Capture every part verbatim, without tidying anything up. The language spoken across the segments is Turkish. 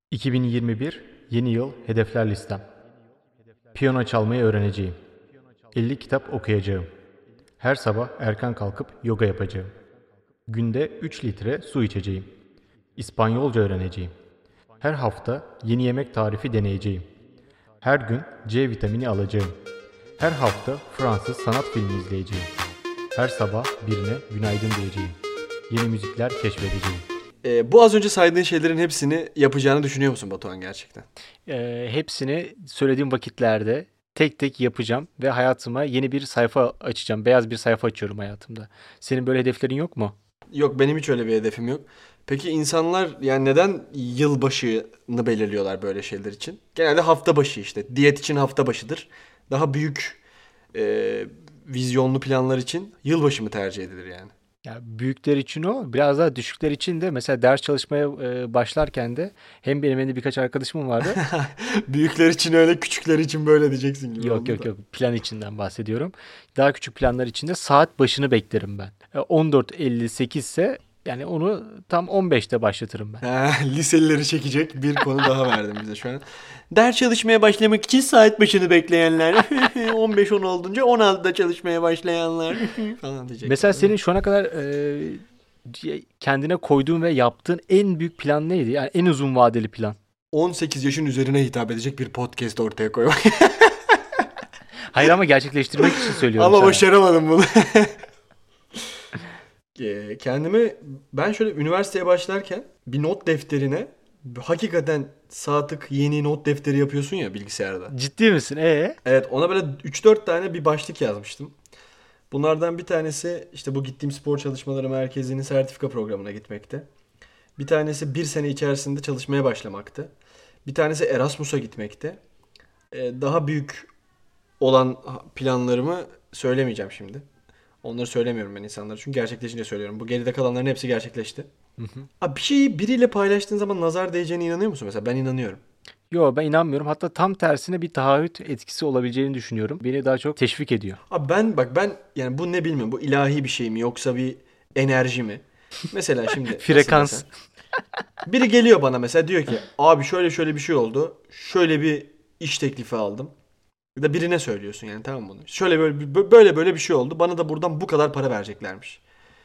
iki bin yirmi bir yeni yıl hedefler listem. Piyano çalmayı öğreneceğim. elli kitap okuyacağım. Her sabah erken kalkıp yoga yapacağım. Günde üç litre su içeceğim. İspanyolca öğreneceğim. Her hafta yeni yemek tarifi deneyeceğim. Her gün C vitamini alacağım. Her hafta Fransız sanat filmi izleyeceğim. Her sabah birine günaydın diyeceğim. Yeni müzikler keşfedeceğim. Ee, bu az önce saydığın şeylerin hepsini yapacağını düşünüyor musun Batuhan gerçekten? Ee, hepsini söylediğim vakitlerde tek tek yapacağım ve hayatıma yeni bir sayfa açacağım. Beyaz bir sayfa açıyorum hayatımda. Senin böyle hedeflerin yok mu? Yok, benim hiç öyle bir hedefim yok. Peki insanlar yani neden yılbaşını belirliyorlar böyle şeyler için? Genelde hafta başı işte. Diyet için hafta başıdır. Daha büyük e, vizyonlu planlar için yılbaşı mı tercih edilir yani? Ya büyükler için o, biraz daha düşükler için de mesela ders çalışmaya e, başlarken de hem benim hem de birkaç arkadaşımım vardı. Büyükler için öyle, küçükler için böyle diyeceksin gibi Yok oldu yok da. yok, plan içinden bahsediyorum. Daha küçük planlar için de saat başını beklerim ben. E, on dört elli sekiz ise yani onu tam on beşte başlatırım ben. Ha, liselileri çekecek bir konu daha verdim bize şu an. Ders çalışmaya başlamak için saat başını bekleyenler. on beş on olduğunca on altıda çalışmaya başlayanlar falan Mesela diyecekler değil mi? senin şu ana kadar e, kendine koyduğun ve yaptığın en büyük plan neydi? Yani en uzun vadeli plan. on sekiz yaşın üzerine hitap edecek bir podcast ortaya koymak. Hayır, ama gerçekleştirmek için söylüyorum Ama sana. başaramadım bunu. Eee, Kendimi ben şöyle üniversiteye başlarken bir not defterine hakikaten saatlik yeni not defteri yapıyorsun ya bilgisayarda. Ciddi misin? E? Evet, ona böyle üç dört tane bir başlık yazmıştım. Bunlardan bir tanesi işte bu gittiğim spor çalışmaları merkezinin sertifika programına gitmekte. Bir tanesi bir sene içerisinde çalışmaya başlamaktı. Bir tanesi Erasmus'a gitmekte. Ee, daha büyük olan planlarımı söylemeyeceğim şimdi. Onları söylemiyorum ben insanlara çünkü gerçekleşince söylüyorum. Bu geride kalanların hepsi gerçekleşti. Hı hı. Abi bir şeyi biriyle paylaştığın zaman nazar değeceğine inanıyor musun? Mesela ben inanıyorum. Yo, ben inanmıyorum. Hatta tam tersine bir taahhüt etkisi olabileceğini düşünüyorum. Beni daha çok teşvik ediyor. Abi ben bak ben yani bu ne bilmiyorum. Bu ilahi bir şey mi yoksa bir enerji mi? Mesela şimdi nasıl desem. Frekans. Biri geliyor bana mesela diyor ki abi şöyle şöyle bir şey oldu. Şöyle bir iş teklifi aldım. Ya da birine söylüyorsun yani, tamam mı bunu? Şöyle böyle böyle böyle bir şey oldu. Bana da buradan bu kadar para vereceklermiş.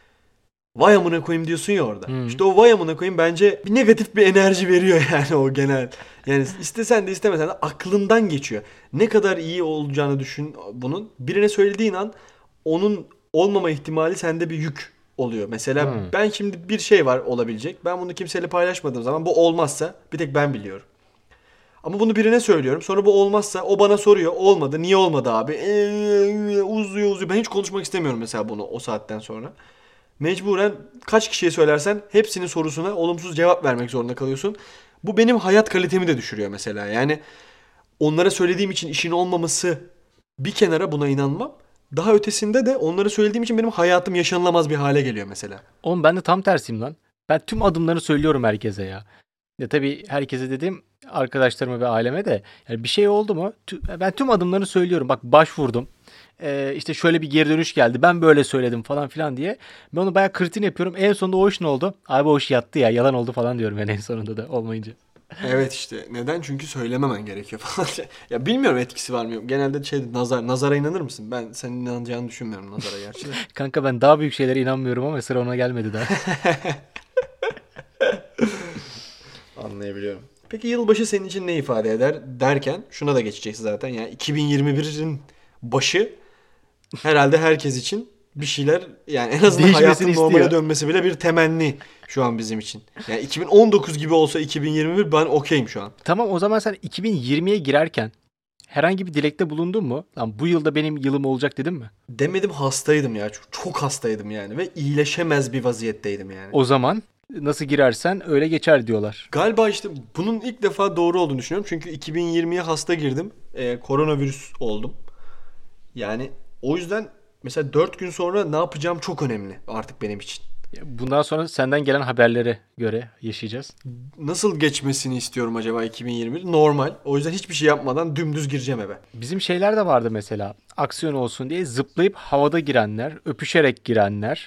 Vay amına koyayım diyorsun ya orada. Hı. İşte o vay amına koyayım bence bir negatif bir enerji veriyor yani o genel. Yani istesen de istemesen de aklından geçiyor. Ne kadar iyi olacağını düşün bunun. Birine söylediğin an onun olmama ihtimali sende bir yük oluyor. Mesela Hı. ben şimdi bir şey var olabilecek. Ben bunu kimseyle paylaşmadığım zaman bu olmazsa bir tek ben biliyorum. Ama bunu birine söylüyorum. Sonra bu olmazsa o bana soruyor. Olmadı. Niye olmadı abi? Eee, uzuyor uzuyor. Ben hiç konuşmak istemiyorum mesela bunu o saatten sonra. Mecburen kaç kişiye söylersen hepsinin sorusuna olumsuz cevap vermek zorunda kalıyorsun. Bu benim hayat kalitemi de düşürüyor mesela. Yani onlara söylediğim için işin olmaması bir kenara, buna inanmam. Daha ötesinde de onlara söylediğim için benim hayatım yaşanılamaz bir hale geliyor mesela. Oğlum, ben de tam tersiyim lan. Ben tüm adımlarını söylüyorum herkese ya. Ya tabii herkese dedim, arkadaşlarıma ve aileme de. Yani bir şey oldu mu tü- ben tüm adımlarını söylüyorum. Bak, başvurdum. Ee, işte şöyle bir geri dönüş geldi. Ben böyle söyledim falan filan diye. Ben onu bayağı kritik yapıyorum. En sonunda o iş ne oldu? Abi o iş yattı ya. Yalan oldu falan diyorum yani en sonunda da olmayınca. Evet işte neden? Çünkü söylememen gerekiyor falan. Ya bilmiyorum etkisi var mı yok. Genelde şey nazar. Nazara inanır mısın? Ben senin inanacağını düşünmüyorum nazara gerçi de. Kanka, ben daha büyük şeylere inanmıyorum ama sıra ona gelmedi daha. Anlayabiliyorum. Peki yılbaşı senin için ne ifade eder derken şuna da geçeceksin zaten. Yani iki bin yirmi birin başı herhalde herkes için bir şeyler, yani en azından Değişmesini hayatın normale istiyor. dönmesi bile bir temenni şu an bizim için. Yani iki bin on dokuz gibi olsa iki bin yirmi bir ben okeyim şu an. Tamam, o zaman sen iki bin yirmiye girerken herhangi bir dilekte bulundun mu? Lan bu yılda benim yılım olacak dedin mi? Demedim, hastaydım ya. Çok, çok hastaydım yani ve iyileşemez bir vaziyetteydim yani. O zaman nasıl girersen öyle geçer diyorlar. Galiba işte bunun ilk defa doğru olduğunu düşünüyorum. Çünkü iki bin yirmiye hasta girdim. Ee, koronavirüs oldum. Yani o yüzden mesela dört gün sonra ne yapacağım çok önemli artık benim için. Bundan sonra senden gelen haberlere göre yaşayacağız. Nasıl geçmesini istiyorum acaba iki bin yirmi bir? Normal. O yüzden hiçbir şey yapmadan dümdüz gireceğim eve. Bizim şeyler de vardı mesela. Aksiyon olsun diye zıplayıp havada girenler, öpüşerek girenler.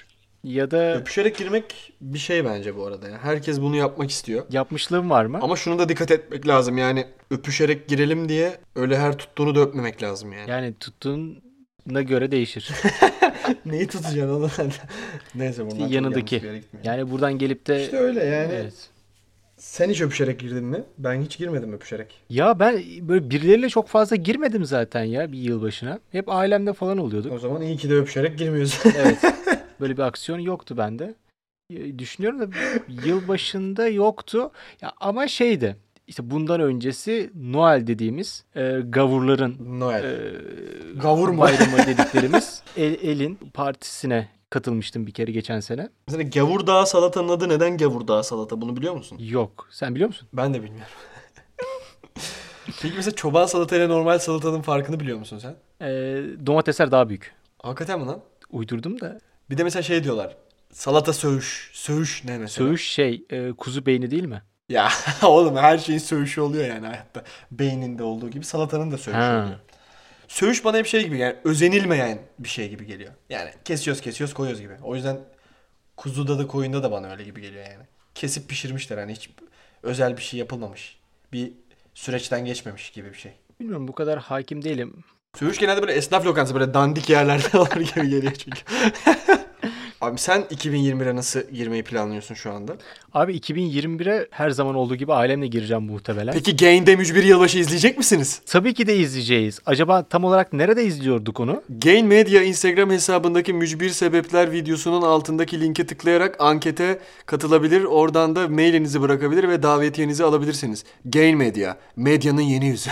ya da Öpüşerek girmek bir şey bence bu arada. Yani herkes bunu yapmak istiyor. yapmışlığın var mı? Ama şunu da dikkat etmek lazım yani öpüşerek girelim diye öyle her tuttuğunu da öpmemek lazım yani. Yani tuttuğuna göre değişir. Neyi tutacaksın oğlum? Neyse bunlar çok Yanındaki. yanlış bir yere gitmiyor. Yani buradan gelip de İşte öyle yani. evet. Sen hiç öpüşerek girdin mi? Ben hiç girmedim öpüşerek. Ya ben böyle birileriyle çok fazla girmedim zaten ya bir yılbaşına. Hep ailemde falan oluyorduk. O zaman iyi ki de öpüşerek girmiyorsun. Evet. Böyle bir aksiyon yoktu bende. E, Düşünüyorum da yılbaşında yoktu. Ya ama şeydi. İşte bundan öncesi Noel dediğimiz e, gavurların Noel. e, Gavur mu? bayramı dediklerimiz El, El'in partisine katılmıştım bir kere geçen sene. Mesela Gavur Dağı salatanın adı neden Gavur Dağı salata? Bunu biliyor musun? Yok. Sen biliyor musun? Ben de bilmiyorum. Peki mesela çoban salata ile normal salatanın farkını biliyor musun sen? E, Domatesler daha büyük. Hakikaten mi lan? Uydurdum da. Bir de mesela şey diyorlar. Salata söğüş. Söğüş ne mesela? Söğüş şey e, kuzu beyni değil mi? Ya oğlum her şeyin söğüşü oluyor yani hayatta. Beyninde olduğu gibi salatanın da söğüşü Ha. oluyor. Söğüş bana hep şey gibi yani özenilmeyen bir şey gibi geliyor. Yani kesiyoruz kesiyoruz koyuyoruz gibi. O yüzden kuzuda da koyunda da bana öyle gibi geliyor yani. Kesip pişirmişler hani hiç özel bir şey yapılmamış. Bir süreçten geçmemiş gibi bir şey. Bilmiyorum bu kadar hakim değilim. Söğüş genelde böyle esnaf lokantası böyle dandik yerlerde olur gibi geliyor çünkü. Abi sen iki bin yirmi bire nasıl girmeyi planlıyorsun şu anda? Abi iki bin yirmi bire her zaman olduğu gibi ailemle gireceğim muhtemelen. Peki Gain'de Mücbir Yılbaşı izleyecek misiniz? Tabii ki de izleyeceğiz. Acaba tam olarak nerede izliyorduk onu? Gain Media Instagram hesabındaki Mücbir Sebepler videosunun altındaki linke tıklayarak ankete katılabilir. Oradan da mailinizi bırakabilir ve davetiyenizi alabilirsiniz. Gain Media, medyanın yeni yüzü.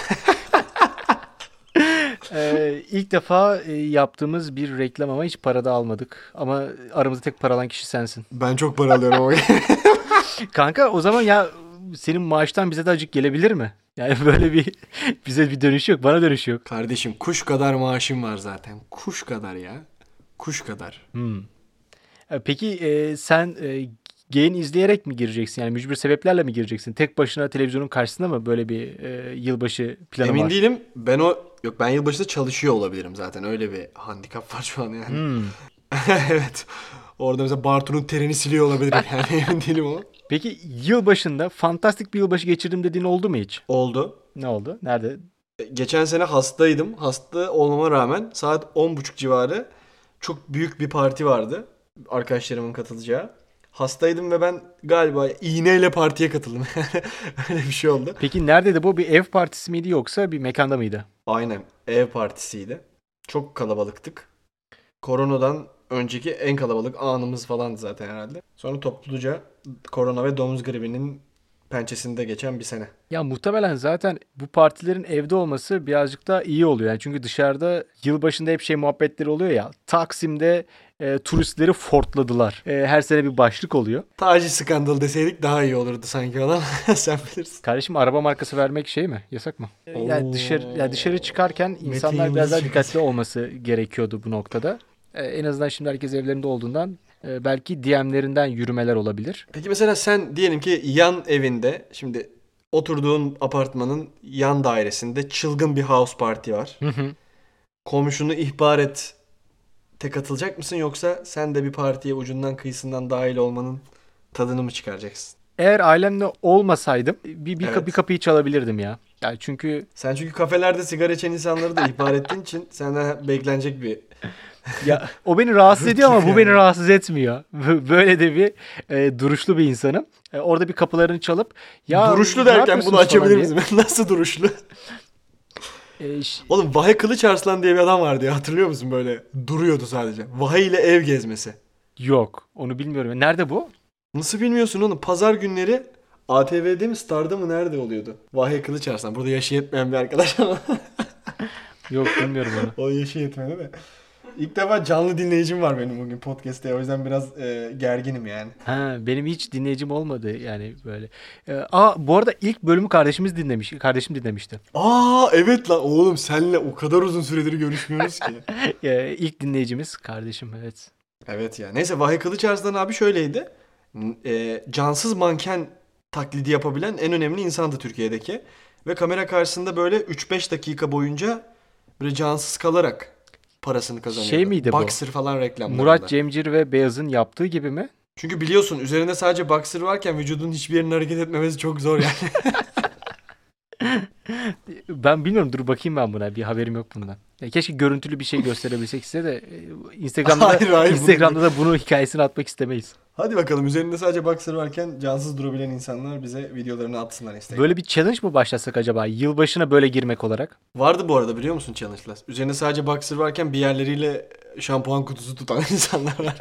Ee, ilk defa e, yaptığımız bir reklam ama hiç para da almadık. Ama aramızda tek para alan kişi sensin. Ben çok para alıyorum ama. Kanka o zaman ya senin maaştan bize de acık gelebilir mi? Yani böyle bir bize bir dönüş yok. Bana dönüş yok. Kardeşim kuş kadar maaşım var zaten. Kuş kadar ya. Kuş kadar. Hmm. E, Peki e, sen e, Gain izleyerek mi gireceksin? Yani mücbir sebeplerle mi gireceksin? Tek başına televizyonun karşısında mı böyle bir e, yılbaşı planı Emin var? değilim. Ben o yok ben yılbaşında çalışıyor olabilirim zaten. Öyle bir handikap var şu an yani. Hmm. Evet. Orada mesela Bartu'nun terini siliyor olabilirim yani emin değilim ama. Peki yılbaşında fantastik bir yılbaşı geçirdim dediğin oldu mu hiç? Oldu. Ne oldu? Nerede? Geçen sene hastaydım. Hasta olmama rağmen saat on buçuk civarı çok büyük bir parti vardı. Arkadaşlarımın katılacağı. Hastaydım ve ben galiba iğneyle partiye katıldım. Öyle bir şey oldu. Peki neredeydi bu? Bir ev partisi miydi yoksa bir mekanda mıydı? Aynen ev partisiydi. Çok kalabalıktık. Koronadan önceki en kalabalık anımız falandı zaten herhalde. Sonra topluca korona ve domuz gribinin pençesinde geçen bir sene. Ya muhtemelen zaten bu partilerin evde olması birazcık daha iyi oluyor. Yani çünkü dışarıda yılbaşında hep şey muhabbetleri oluyor ya. Taksim'de e, turistleri fortladılar. E, her sene bir başlık oluyor. Taci skandal deseydik daha iyi olurdu sanki olan. Sen bilirsin. Kardeşim araba markası vermek şey mi? Yasak mı? Yani Oo. dışarı yani dışarı çıkarken insanlar Metin biraz daha Yıldız dikkatli olması gerekiyordu bu noktada. E, en azından şimdi herkes evlerinde olduğundan e, belki D M'lerinden yürümeler olabilir. Peki mesela sen diyelim ki yan evinde şimdi oturduğun apartmanın yan dairesinde çılgın bir house party var. Hı hı. Komşunu ihbar et. Te katılacak mısın yoksa sen de bir partiye ucundan kıyısından dahil olmanın tadını mı çıkaracaksın? Eğer ailemle olmasaydım bir, bir, Evet. bir kapıyı çalabilirdim ya. Yani çünkü Sen çünkü kafelerde sigara içen insanları da ihbar ettiğin için senden beklenecek bir... ya o beni rahatsız ediyor ama bu Yani. beni rahatsız etmiyor. Böyle de bir e, duruşlu bir insanım. E, orada bir kapılarını çalıp ya duruşlu ne derken yapıyorsunuz bunu açabilir falan misin? Nasıl duruşlu? diye. E, ş- Oğlum Vahe Kılıç Arslan diye bir adam vardı ya hatırlıyor musun böyle? Duruyordu sadece. Vahe ile ev gezmesi. yok onu bilmiyorum. Nerede bu? Nasıl bilmiyorsun oğlum? Pazar günleri A T V'de mi Star'da mı nerede oluyordu? Vahe Kılıç Arslan. Burada yaşı yetmeyen bir arkadaş ama. Yok bilmiyorum onu. O yaşı yetmedi de. İlk defa canlı dinleyicim var benim bugün podcast'te. O yüzden biraz e, gerginim yani. Ha, benim hiç dinleyicim olmadı yani böyle. E, aa bu arada ilk bölümü kardeşimiz dinlemiş. Kardeşim dinlemişti. Aa evet lan oğlum senle o kadar uzun süredir görüşmüyoruz ki. E, ilk dinleyicimiz kardeşim evet. Evet ya. Neyse Vahe Kılıç Arslan abi şöyleydi. N- E, cansız manken taklidi yapabilen en önemli insandı Türkiye'deki. Ve kamera karşısında böyle üç beş dakika boyunca böyle cansız kalarak parasını kazanıyordu. Şey miydi bu? Boxer falan reklamlarında. Murat Cemcir ve Beyaz'ın yaptığı gibi mi? Çünkü biliyorsun üzerinde sadece boxer varken vücudun hiçbir yerinin hareket etmemesi çok zor yani. Ben bilmiyorum, dur bakayım ben buna. Bir haberim yok bundan. Ya keşke görüntülü bir şey gösterebilsek size de e, Instagram'da Hayır, da, hayır, Instagram'da da bunu hikayesini atmak istemeyiz. Hadi bakalım, üzerinde sadece boxer varken cansız durabilen insanlar bize videolarını atsınlar Instagram'da. Böyle bir challenge mı başlatsak acaba? Yılbaşına böyle girmek olarak. Vardı bu arada, biliyor musun challenge'lar? Üzerinde sadece boxer varken bir yerleriyle şampuan kutusu tutan insanlar var.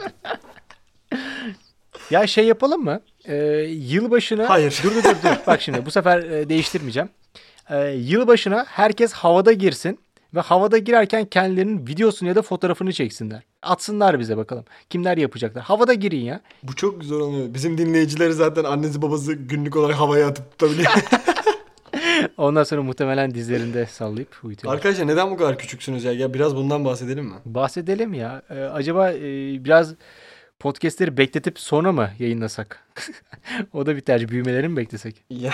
Ya şey yapalım mı? Ee, yılbaşına... Hayır. Dur dur dur dur. Bak şimdi bu sefer e, değiştirmeyeceğim. Ee, yılbaşına herkes havada girsin ve havada girerken kendilerinin videosunu ya da fotoğrafını çeksinler. Atsınlar bize bakalım. Kimler yapacaklar? Havada girin ya. Bu çok güzel oluyor. Bizim dinleyicileri zaten annesi babası günlük olarak havaya atıp tutabiliyor. Ondan sonra muhtemelen dizlerinde sallayıp uyutuyorlar. Arkadaşlar neden bu kadar küçüksünüz ya? Ya biraz bundan bahsedelim mi? Bahsedelim ya. Ee, acaba e, biraz podcastleri bekletip sonra mı yayınlasak? O da bir tercih. Büyümelerini mi beklesek? Ya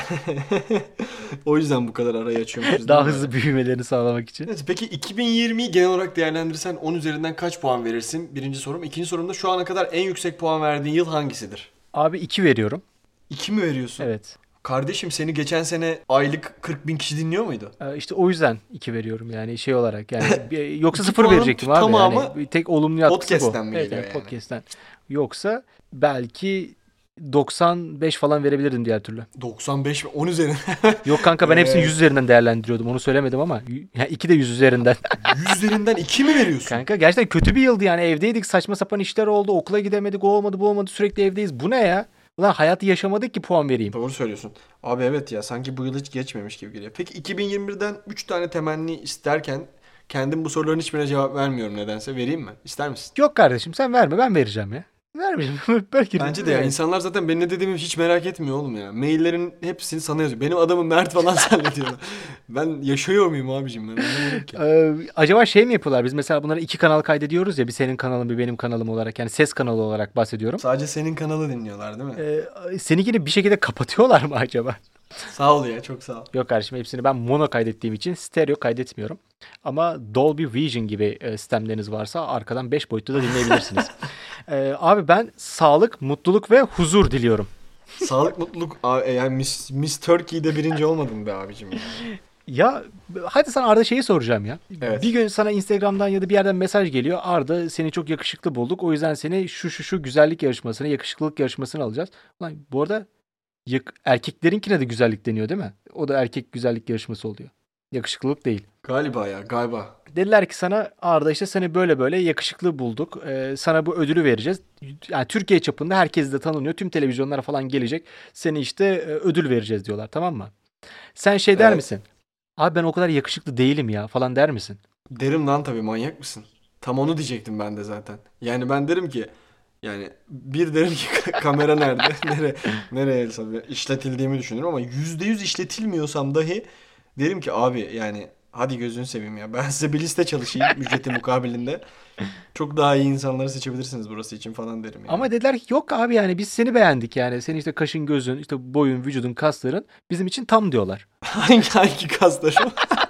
o yüzden bu kadar arayı açıyormuşuz. Daha değil mi? hızlı büyümelerini sağlamak için. Neyse, peki iki bin yirmiyi genel olarak değerlendirirsen on üzerinden kaç puan verirsin? Birinci sorum. İkinci sorumda şu ana kadar en yüksek puan verdiğin yıl hangisidir? Abi iki veriyorum. iki mi veriyorsun? Evet. Kardeşim seni geçen sene aylık kırk bin kişi dinliyor muydu? Ee, işte o yüzden iki veriyorum yani şey olarak yani bir- yoksa İki sıfır puanın verecektim abi tamamı yani bir tek olumlu yatkısı bu. podcast'ten mi Evet, geliyor evet, yani? podcast'ten. Yoksa belki doksan beş falan verebilirdim diğer türlü. doksan beş mi? on üzerinden. Yok kanka, ben hepsini Ee, yüz üzerinden değerlendiriyordum, onu söylemedim ama y- ya iki de yüz üzerinden. yüz üzerinden iki mi veriyorsun? Kanka gerçekten kötü bir yıldı yani, evdeydik, saçma sapan işler oldu, okula gidemedik, o olmadı bu olmadı, sürekli evdeyiz, bu ne ya? Ulan hayatı yaşamadık ki puan vereyim. Doğru söylüyorsun. Abi evet ya, sanki bu yıl hiç geçmemiş gibi geliyor. Peki iki bin yirmi birden üç tane temenni isterken kendim bu soruların hiçbirine cevap vermiyorum nedense. Vereyim mi? İster misin? Yok kardeşim, sen verme, ben vereceğim ya. Vermeyeceğim. Belki Bence de ya, insanlar zaten benim ne dediğimi hiç merak etmiyor oğlum ya. Maillerin hepsini sana yazıyor. Benim adamım Mert falan zannediyorlar. Ben yaşıyor muyum abicim, ben anlamadım ki. Ee, acaba şey mi yapıyorlar? Biz mesela bunları iki kanal kaydediyoruz ya. Bir senin kanalın, bir benim kanalım olarak. Yani ses kanalı olarak bahsediyorum. Sadece senin kanalı dinliyorlar değil mi? Ee, seninkini bir şekilde kapatıyorlar mı acaba? Sağ ol ya, çok sağ ol. Yok kardeşim, hepsini ben mono kaydettiğim için stereo kaydetmiyorum. Ama Dolby Vision gibi e, sistemleriniz varsa arkadan beş boyutlu da dinleyebilirsiniz. Ee, abi ben sağlık, mutluluk ve huzur diliyorum. Sağlık, mutluluk. Aa, e, yani Miss, Miss Turkey'de birinci olmadın be abicim ya. Ya hadi sana Arda şeyi soracağım ya. Evet. Bir gün sana Instagram'dan ya da bir yerden mesaj geliyor. Arda, seni çok yakışıklı bulduk. O yüzden seni şu şu şu güzellik yarışmasına, yakışıklılık yarışmasına alacağız. Ulan bu arada yak- erkeklerinkine de güzellik deniyor değil mi? O da erkek güzellik yarışması oluyor. Yakışıklılık değil. Galiba ya, galiba. Dediler ki sana, Arda işte seni böyle böyle yakışıklı bulduk. Ee, sana bu ödülü vereceğiz. Yani Türkiye çapında herkes de tanınıyor. Tüm televizyonlara falan gelecek. Seni işte e, ödül vereceğiz diyorlar, tamam mı? Sen şey der Evet. misin? Abi ben o kadar yakışıklı değilim ya falan der misin? Derim lan tabii, manyak mısın? Tam onu diyecektim ben de zaten. Yani ben derim ki, yani bir derim ki kamera nerede? Nereye, nereye tabii işletildiğimi düşünürüm ama yüzde yüz işletilmiyorsam dahi derim ki abi yani hadi gözünü seveyim ya. Ben size bir liste çalışayım ücreti mukabilinde. Çok daha iyi insanları seçebilirsiniz burası için falan derim yani. Ama dediler ki yok abi, yani biz seni beğendik yani. Senin işte kaşın, gözün, işte boyun, vücudun, kasların bizim için tam diyorlar. hangi hangi kaslarım?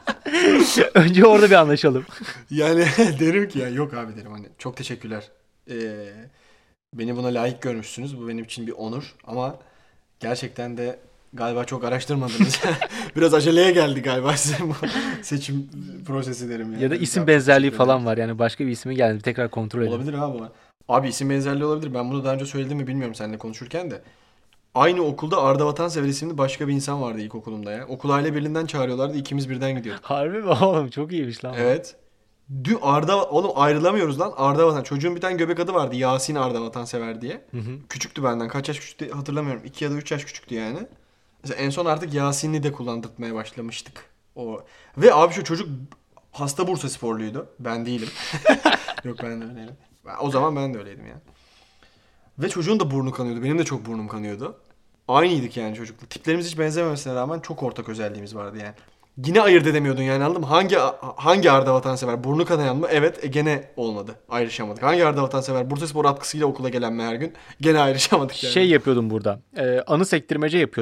Önce orada bir anlaşalım. Yani derim ki ya yok abi derim, hani çok teşekkürler. Ee, beni buna layık görmüşsünüz. Bu benim için bir onur ama gerçekten de galiba çok araştırmadınız. Biraz aceleye geldi galiba sizin bu seçim prosesi derim yani. Ya da isim Çok benzerliği teşekkür falan ederim. var yani, başka bir ismi geldi, tekrar kontrol edin. Olabilir abi. o. Abi isim benzerliği olabilir. Ben bunu daha önce söyledim mi bilmiyorum seninle konuşurken de. Aynı okulda Arda Vatansever isimli başka bir insan vardı ilkokulumda ya. Okul aile birliğinden çağırıyorlardı. İkimiz birden gidiyorduk. Harbi mi oğlum, çok iyiymiş lan. bu. Evet. Dün Arda oğlum ayrılamıyoruz lan. Arda Vatan. Çocuğun bir tane göbek adı vardı. Yasin Arda Vatansever diye. Hı hı. Küçüktü benden. Kaç yaş küçüktü hatırlamıyorum. iki ya da üç yaş küçüktü yani. Mesela en son artık Yasin'i de kullandırtmaya başlamıştık. O. Ve abi şu çocuk hasta Bursa sporluydu. Ben değilim. Yok, ben de öyleydim. O zaman ben de öyleydim ya. Ve çocuğun da burnu kanıyordu. Benim de çok burnum kanıyordu. Aynıydık yani çocukla. Tiplerimiz hiç benzememesine rağmen çok ortak özelliğimiz vardı yani. Yine ayırt edemiyordun yani, anladın mı? Hangi hangi Arda Vatansever? Burnu kanayan mı? Evet. E gene olmadı. Ayrışamadık. Hangi Arda Vatansever? Bursaspor atkısıyla okula gelen mi her gün? Gene ayrışamadık yani. Şey yapıyordum burada. Ee, anı sektirmece yapıyordum.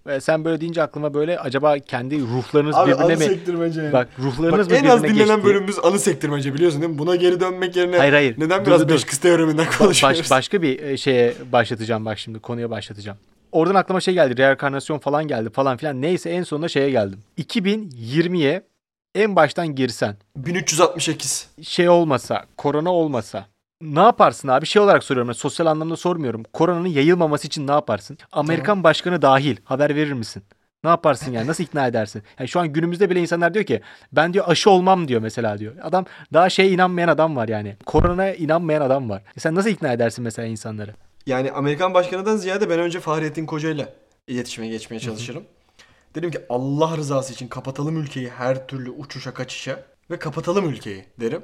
Ve sen böyle deyince aklıma böyle acaba kendi ruhlarınız Abi birbirine anı mi? sektirmece yani. Bak ruhlarınız Bak, en birbirine az dinlenen geçti. bölümümüz anı sektirmece, biliyorsun değil mi? Buna geri dönmek yerine Hayır hayır. neden Dur, biraz dur, beş dur. kız teoreminden Ba- konuşuyoruz? baş- başka bir e, şeye başlatacağım bak şimdi. Konuya başlatacağım. Oradan aklıma şey geldi. Reenkarnasyon falan geldi falan filan. Neyse en sonunda şeye geldim. iki bin yirmiye en baştan girsen. bin üç yüz altmış sekiz. Şey olmasa, korona olmasa ne yaparsın abi? Şey olarak soruyorum. Yani sosyal anlamda sormuyorum. Koronanın yayılmaması için ne yaparsın? Amerikan başkanı dahil haber verir misin? Ne yaparsın yani? Nasıl ikna edersin? Yani şu an günümüzde bile insanlar diyor ki ben diyor aşı olmam diyor mesela diyor. Adam daha şeye inanmayan adam var yani. Koronaya inanmayan adam var. E sen nasıl ikna edersin mesela insanları? Yani Amerikan başkanından ziyade ben önce Fahrettin Koca'yla iletişime geçmeye çalışırım. Dedim ki Allah rızası için kapatalım ülkeyi, her türlü uçuşa kaçışa ve kapatalım ülkeyi derim.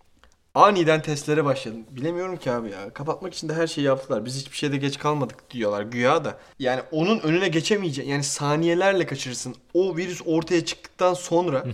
Aniden testlere başladım. Bilemiyorum ki abi ya. Kapatmak için de her şeyi yaptılar. Biz hiçbir şeyde geç kalmadık diyorlar güya da. Yani onun önüne geçemeyecek. Yani saniyelerle kaçırırsın. O virüs ortaya çıktıktan sonra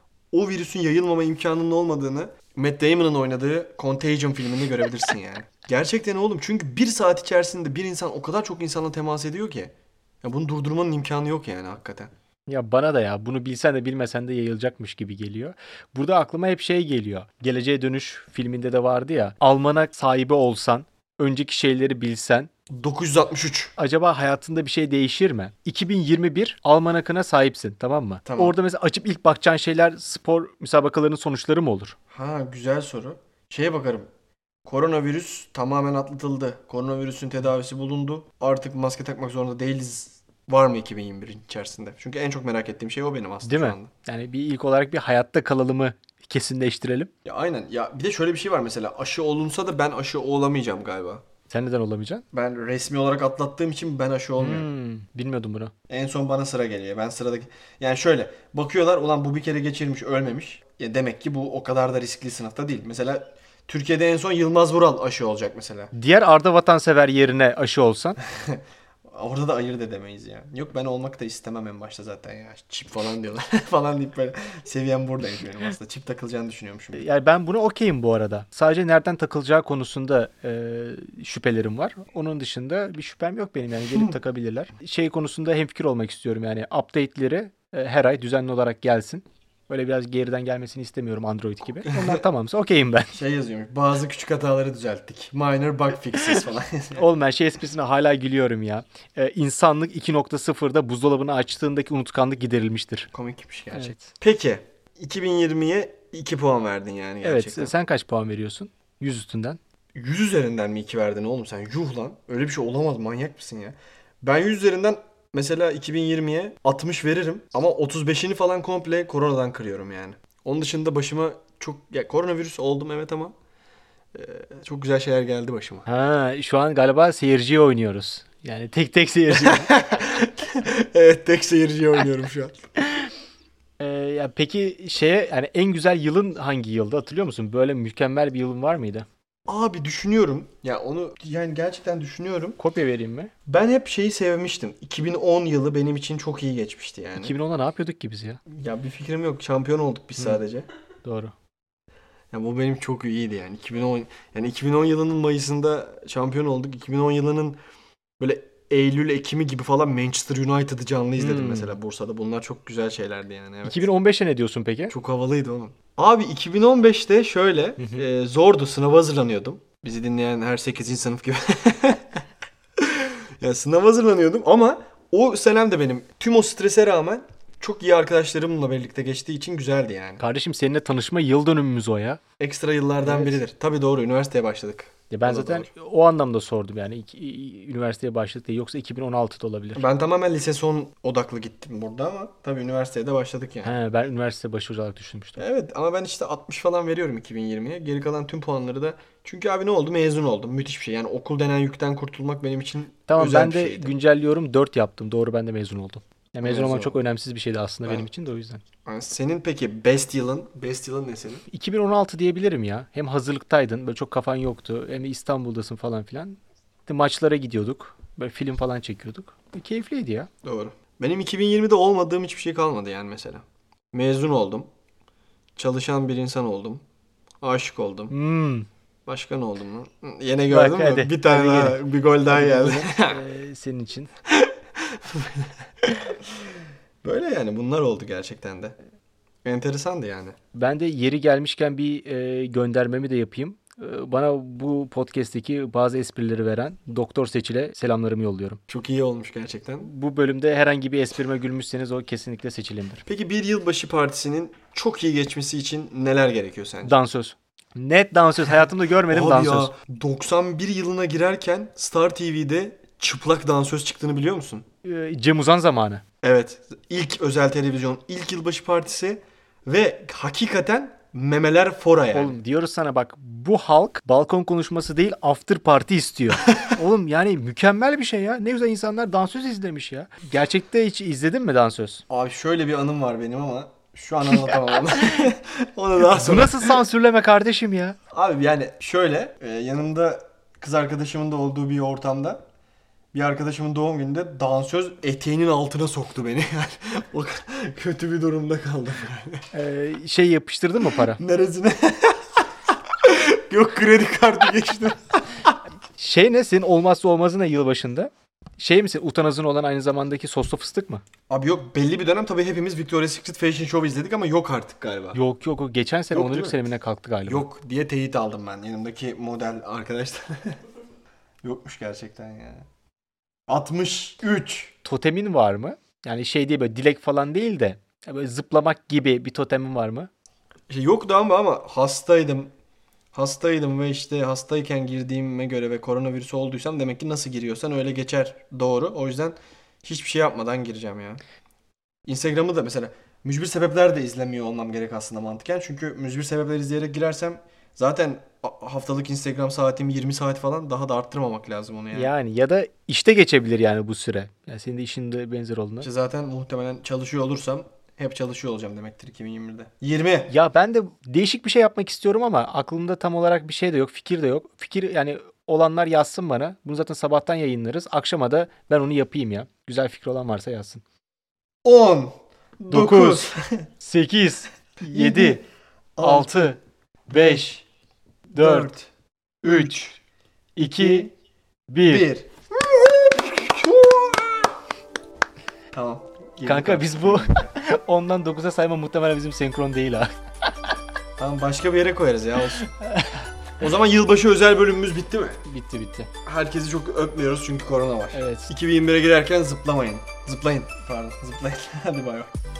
o virüsün yayılmama imkanının olmadığını Matt Damon'ın oynadığı Contagion filminde görebilirsin yani. Gerçekten oğlum, çünkü bir saat içerisinde bir insan o kadar çok insanla temas ediyor ki. Ya bunu durdurmanın imkanı yok yani hakikaten. Ya bana da ya bunu bilsen de bilmesen de yayılacakmış gibi geliyor. Burada aklıma hep şey geliyor. Geleceğe Dönüş filminde de vardı ya. Almanak sahibi olsan, önceki şeyleri bilsen dokuz yüz altmış üç. acaba hayatında bir şey değişir mi? iki bin yirmi bir almanakına sahipsin, tamam mı? Tamam. Orada mesela açıp ilk bakacağın şeyler spor müsabakalarının sonuçları mı olur? Ha, güzel soru. Şeye bakarım. Koronavirüs tamamen atlatıldı. Koronavirüsün tedavisi bulundu. Artık maske takmak zorunda değiliz. Var mı iki bin yirmi birin içerisinde? Çünkü en çok merak ettiğim şey o benim aslında Değil şu mi? anda. Yani bir ilk olarak bir hayatta kalalımı kesinleştirelim. Ya aynen. Ya bir de şöyle bir şey var mesela. Aşı olunsa da ben aşı olamayacağım galiba. Sen neden olamayacaksın? Ben resmi olarak atlattığım için ben aşı olmuyorum. Hmm, bilmiyordum bunu. En son bana sıra geliyor. Ben sıradaki... Yani şöyle. Bakıyorlar, ulan bu bir kere geçirmiş, ölmemiş. Ya demek ki bu o kadar da riskli sınıfta değil. Mesela Türkiye'de en son Yılmaz Vural aşı olacak mesela. Diğer Arda Vatansever yerine aşı olsan. Orada da ayırt edemeyiz ya. Yok, ben olmak da istemem en başta zaten ya. Çip falan diyorlar. falan deyip böyle seviyem buradaydı benim aslında. Çip takılacağını düşünüyormuşum. Yani ben buna okeyim bu arada. Sadece nereden takılacağı konusunda e, şüphelerim var. Onun dışında bir şüphem yok benim, yani gelip takabilirler. Şey konusunda hemfikir olmak istiyorum, yani update'leri e, her ay düzenli olarak gelsin. Böyle biraz geriden gelmesini istemiyorum Android gibi. Onlar tamamsa okeyim ben. Şey yazıyormuş. Bazı küçük hataları düzelttik. Minor bug fixes falan. Olmayan şey esprisine hala gülüyorum ya. E, insanlık iki nokta sıfırda buzdolabını açtığındaki unutkanlık giderilmiştir. Komikmiş gerçekten. Evet. Peki. iki bin yirmiye iki puan verdin yani gerçekten. Evet, sen kaç puan veriyorsun? yüz üstünden. yüz üzerinden mi iki verdin oğlum sen? Yuh lan. Öyle bir şey olamaz. Manyak mısın ya? Ben yüz üzerinden mesela iki bin yirmiye altmış veririm. Ama otuz beşini falan komple koronadan kırıyorum yani. Onun dışında başıma çok... Ya koronavirüs oldum evet ama... e, çok güzel şeyler geldi başıma. Ha, şu an galiba seyirciye oynuyoruz. Yani tek tek seyirci. Evet, tek seyirciye oynuyorum şu an. Ee, ya peki şeye, yani en güzel yılın hangi yıldı, hatırlıyor musun? Böyle mükemmel bir yılın var mıydı? Abi düşünüyorum. Ya onu yani gerçekten düşünüyorum. Kopya vereyim mi? Ben hep şeyi sevmiştim. iki bin on yılı benim için çok iyi geçmişti yani. iki bin onda ne yapıyorduk ki biz ya? Ya bir fikrim yok. Şampiyon olduk biz sadece. Doğru. Ya bu benim çok iyiydi yani. iki bin on yani iki bin on yılının Mayıs'ında şampiyon olduk. iki bin on yılının böyle Eylül, Ekim'i gibi falan Manchester United'ı canlı izledim Hmm. mesela Bursa'da. Bunlar çok güzel şeylerdi yani. Evet. iki bin on beşe ne diyorsun peki? Çok havalıydı onun. Abi iki bin on beşte şöyle e, zordu. Sınava hazırlanıyordum. Bizi dinleyen her sekizinci sınıf gibi. Ya sınava hazırlanıyordum ama o senem de benim tüm o strese rağmen çok iyi arkadaşlarımla birlikte geçtiği için güzeldi yani. Kardeşim seninle tanışma yıl dönümümüz o ya. Ekstra yıllardan Evet. biridir. Tabii doğru, üniversiteye başladık. Ya ben O da zaten o anlamda sordum yani. İki- i- üniversiteye başladık diye. Yoksa iki bin on altıda olabilir. Ben tamamen lise son odaklı gittim burada ama tabii üniversiteye de başladık yani. He, ben üniversite başı olarak düşünmüştüm. Evet ama ben işte altmış falan veriyorum iki bin yirmiye. Geri kalan tüm puanları da çünkü abi ne oldu? Mezun oldum. Müthiş bir şey. Yani okul denen yükten kurtulmak benim için Tamam, özel ben bir de şeydi. güncelliyorum, dört yaptım. Doğru, ben de mezun oldum. Ya mezun Mezun olmak çok oldum. önemsiz bir şeydi aslında Ben- benim için de, o yüzden. Yani senin peki best yılın? Best yılın ne senin? iki bin on altı diyebilirim ya. Hem hazırlıktaydın, böyle çok kafan yoktu. Hem de İstanbul'dasın falan filan. İşte maçlara gidiyorduk. Böyle film falan çekiyorduk. E, keyifliydi ya. Doğru. Benim iki bin yirmide olmadığım hiçbir şey kalmadı yani mesela. Mezun oldum. Çalışan bir insan oldum. Aşık oldum. Hmm. Başka ne oldum lan? Hı, Yine gördün Bak, mü? hadi. Bir tane Hadi daha, bir gol daha geldi. Ee, senin için. Böyle yani bunlar oldu gerçekten de. Enteresandı yani. Ben de yeri gelmişken bir e, göndermemi de yapayım. E, bana bu podcast'teki bazı esprileri veren Doktor Seçil'e selamlarımı yolluyorum. Çok iyi olmuş gerçekten. Bu bölümde herhangi bir esprime gülmüşseniz o kesinlikle Seçil'indir. Peki bir yılbaşı partisinin çok iyi geçmesi için neler gerekiyor sence? Dansöz. Net dansöz. Hayatımda görmedim Abi dansöz. ya doksan bir yılına girerken Star T V'de çıplak dansöz çıktığını biliyor musun? E, Cem Uzan zamanı. Evet. İlk özel televizyon, ilk yılbaşı partisi ve hakikaten memeler fora yani. Oğlum diyoruz sana bak, bu halk balkon konuşması değil after party istiyor. Oğlum yani mükemmel bir şey ya. Ne güzel insanlar dansöz izlemiş ya. Gerçekte hiç izledin mi dansöz? Abi şöyle bir anım var benim ama şu an anlatamam onu. Onu daha Bu sonra. nasıl sansürleme kardeşim ya? Abi yani şöyle e, yanımda kız arkadaşımın da olduğu bir ortamda bir arkadaşımın doğum gününde dansöz eteğinin altına soktu beni. Yani o kötü bir durumda kaldım yani. Ee, şey yapıştırdın mı para? Neresine? Yok, kredi kartı geçti. Şey ne senin olmazsa olmazın ne yılbaşında? Şey misin utanazın olan aynı zamandaki soslu fıstık mı? Abi yok, belli bir dönem tabii hepimiz Victoria's Secret Fashion Show izledik ama yok artık galiba. Yok yok o geçen sene Yok, onurluk değil mi? senemine kalktı galiba. Yok diye teyit aldım ben yanımdaki model arkadaşlar. Yokmuş gerçekten ya. altmış üç. Totemin var mı? Yani şey değil böyle dilek falan değil de ya böyle zıplamak gibi bir totemin var mı? İşte yoktu ama ama hastaydım. Hastaydım ve işte hastayken girdiğime göre ve koronavirüs olduysam demek ki nasıl giriyorsan öyle geçer, doğru. O yüzden hiçbir şey yapmadan gireceğim ya. Instagram'ı da mesela mücbir sebepler de izlemiyor olmam gerek aslında mantıken. Çünkü mücbir sebepler izleyerek girersem zaten haftalık Instagram saatim yirmi saat falan, daha da arttırmamak lazım onu yani. Yani ya da işte geçebilir yani bu süre. Yani senin de işinde benzer olduğunda. İşte zaten muhtemelen çalışıyor olursam hep çalışıyor olacağım demektir iki bin yirmi birde. yirmi. Ya ben de değişik bir şey yapmak istiyorum ama aklımda tam olarak bir şey de yok, fikir de yok. Fikir yani olanlar yazsın bana. Bunu zaten sabahtan yayınlarız. Akşama da ben onu yapayım ya. Güzel fikir olan varsa yazsın. on. dokuz. sekiz, yedi, altı, beş, dört, üç, iki, bir. bir. Tamam. Kanka biz bu ondan dokuza sayma muhtemelen bizim senkron değil ha. Tamam, başka bir yere koyarız ya, olsun. O zaman yılbaşı özel bölümümüz bitti mi? Bitti bitti. Herkesi çok öpmüyoruz çünkü korona var. Evet. iki bin yirmi bire girerken zıplamayın. Zıplayın. Pardon, zıplayın. Hadi bay bay.